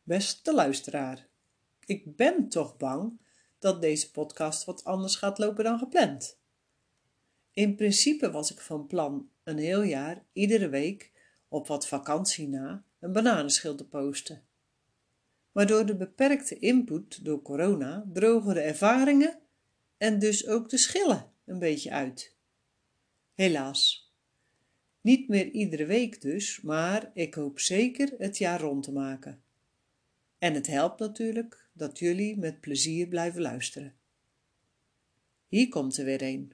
Beste luisteraar, ik ben toch bang dat deze podcast wat anders gaat lopen dan gepland. In principe was ik van plan een heel jaar, iedere week, op wat vakantie na, een bananenschil te posten. Maar door de beperkte input door corona drogen de ervaringen en dus ook de schillen een beetje uit. Helaas. Niet meer iedere week dus, maar ik hoop zeker het jaar rond te maken. En het helpt natuurlijk dat jullie met plezier blijven luisteren. Hier komt er weer een.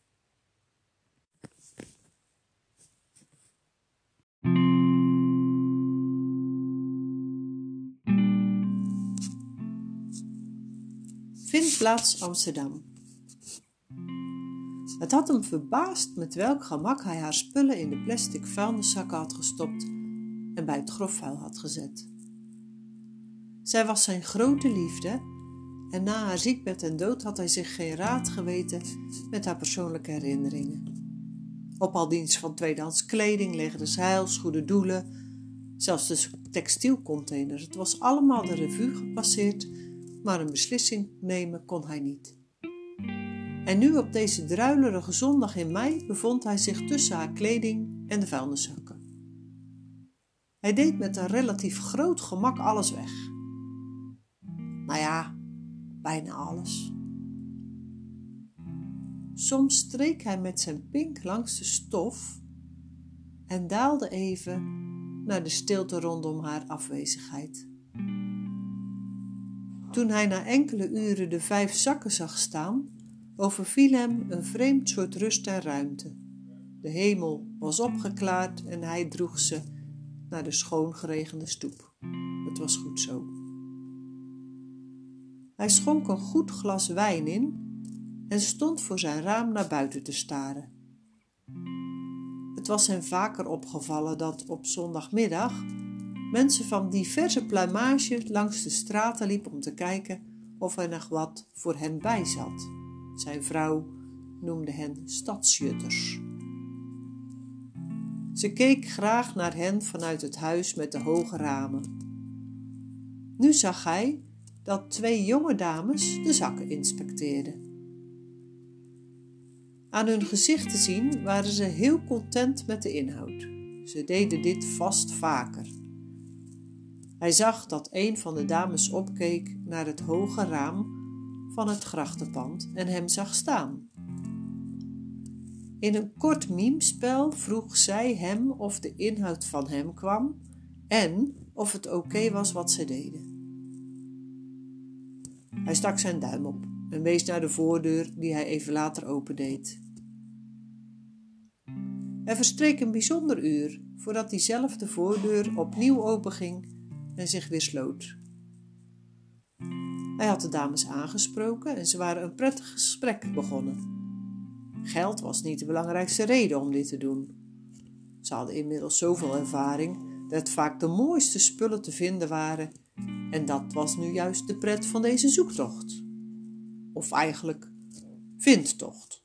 Vindplaats Amsterdam. Het had hem verbaasd met welk gemak hij haar spullen in de plastic vuilniszakken had gestopt en bij het grofvuil had gezet. Zij was zijn grote liefde en na haar ziekbed en dood had hij zich geen raad geweten met haar persoonlijke herinneringen. Op al diens van tweedehands kleding, legers heils, goede doelen, zelfs de textielcontainer. Het was allemaal de revue gepasseerd, maar een beslissing nemen kon hij niet. En nu op deze druilerige zondag in mei bevond hij zich tussen haar kleding en de vuilniszakken. Hij deed met een relatief groot gemak alles weg. Nou ja, bijna alles. Soms streek hij met zijn pink langs de stof en daalde even naar de stilte rondom haar afwezigheid. Toen hij na enkele uren de 5 zakken zag staan, overviel hem een vreemd soort rust en ruimte. De hemel was opgeklaard en hij droeg ze naar de schoon geregende stoep. Het was goed zo. Hij schonk een goed glas wijn in en stond voor zijn raam naar buiten te staren. Het was hem vaker opgevallen dat op zondagmiddag mensen van diverse pluimage langs de straten liepen om te kijken of er nog wat voor hen bij zat. Zijn vrouw noemde hen stadsjutters. Ze keek graag naar hen vanuit het huis met de hoge ramen. Nu zag hij dat 2 jonge dames de zakken inspecteerden. Aan hun gezicht te zien waren ze heel content met de inhoud. Ze deden dit vast vaker. Hij zag dat een van de dames opkeek naar het hoge raam van het grachtenpand en hem zag staan. In een kort miemspel vroeg zij hem of de inhoud van hem kwam en of het oké was wat ze deden. Hij stak zijn duim op en wees naar de voordeur die hij even later opendeed. Er verstreek een bijzonder uur voordat diezelfde voordeur opnieuw openging en zich weer sloot. Hij had de dames aangesproken en ze waren een prettig gesprek begonnen. Geld was niet de belangrijkste reden om dit te doen. Ze hadden inmiddels zoveel ervaring dat vaak de mooiste spullen te vinden waren en dat was nu juist de pret van deze zoektocht. Of eigenlijk vindtocht.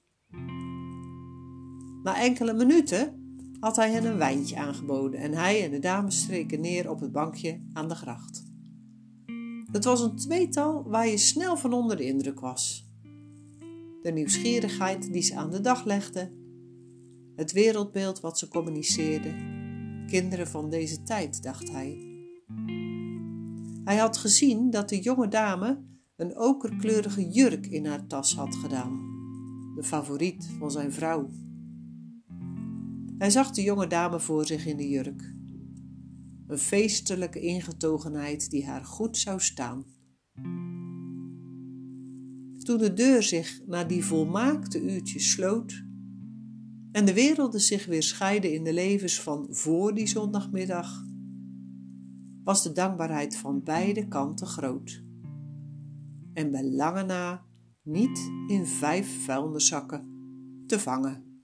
Na enkele minuten had hij hen een wijntje aangeboden en hij en de dames streken neer op het bankje aan de gracht. Het was een tweetal waar je snel van onder de indruk was. De nieuwsgierigheid die ze aan de dag legden, het wereldbeeld wat ze communiceerden, kinderen van deze tijd, dacht hij. Hij had gezien dat de jonge dame een okerkleurige jurk in haar tas had gedaan, de favoriet van zijn vrouw. Hij zag de jonge dame voor zich in de jurk. Een feestelijke ingetogenheid die haar goed zou staan. Toen de deur zich na die volmaakte uurtjes sloot en de werelden zich weer scheiden in de levens van voor die zondagmiddag, was de dankbaarheid van beide kanten groot. En bij lange na niet in 5 vuilniszakken te vangen.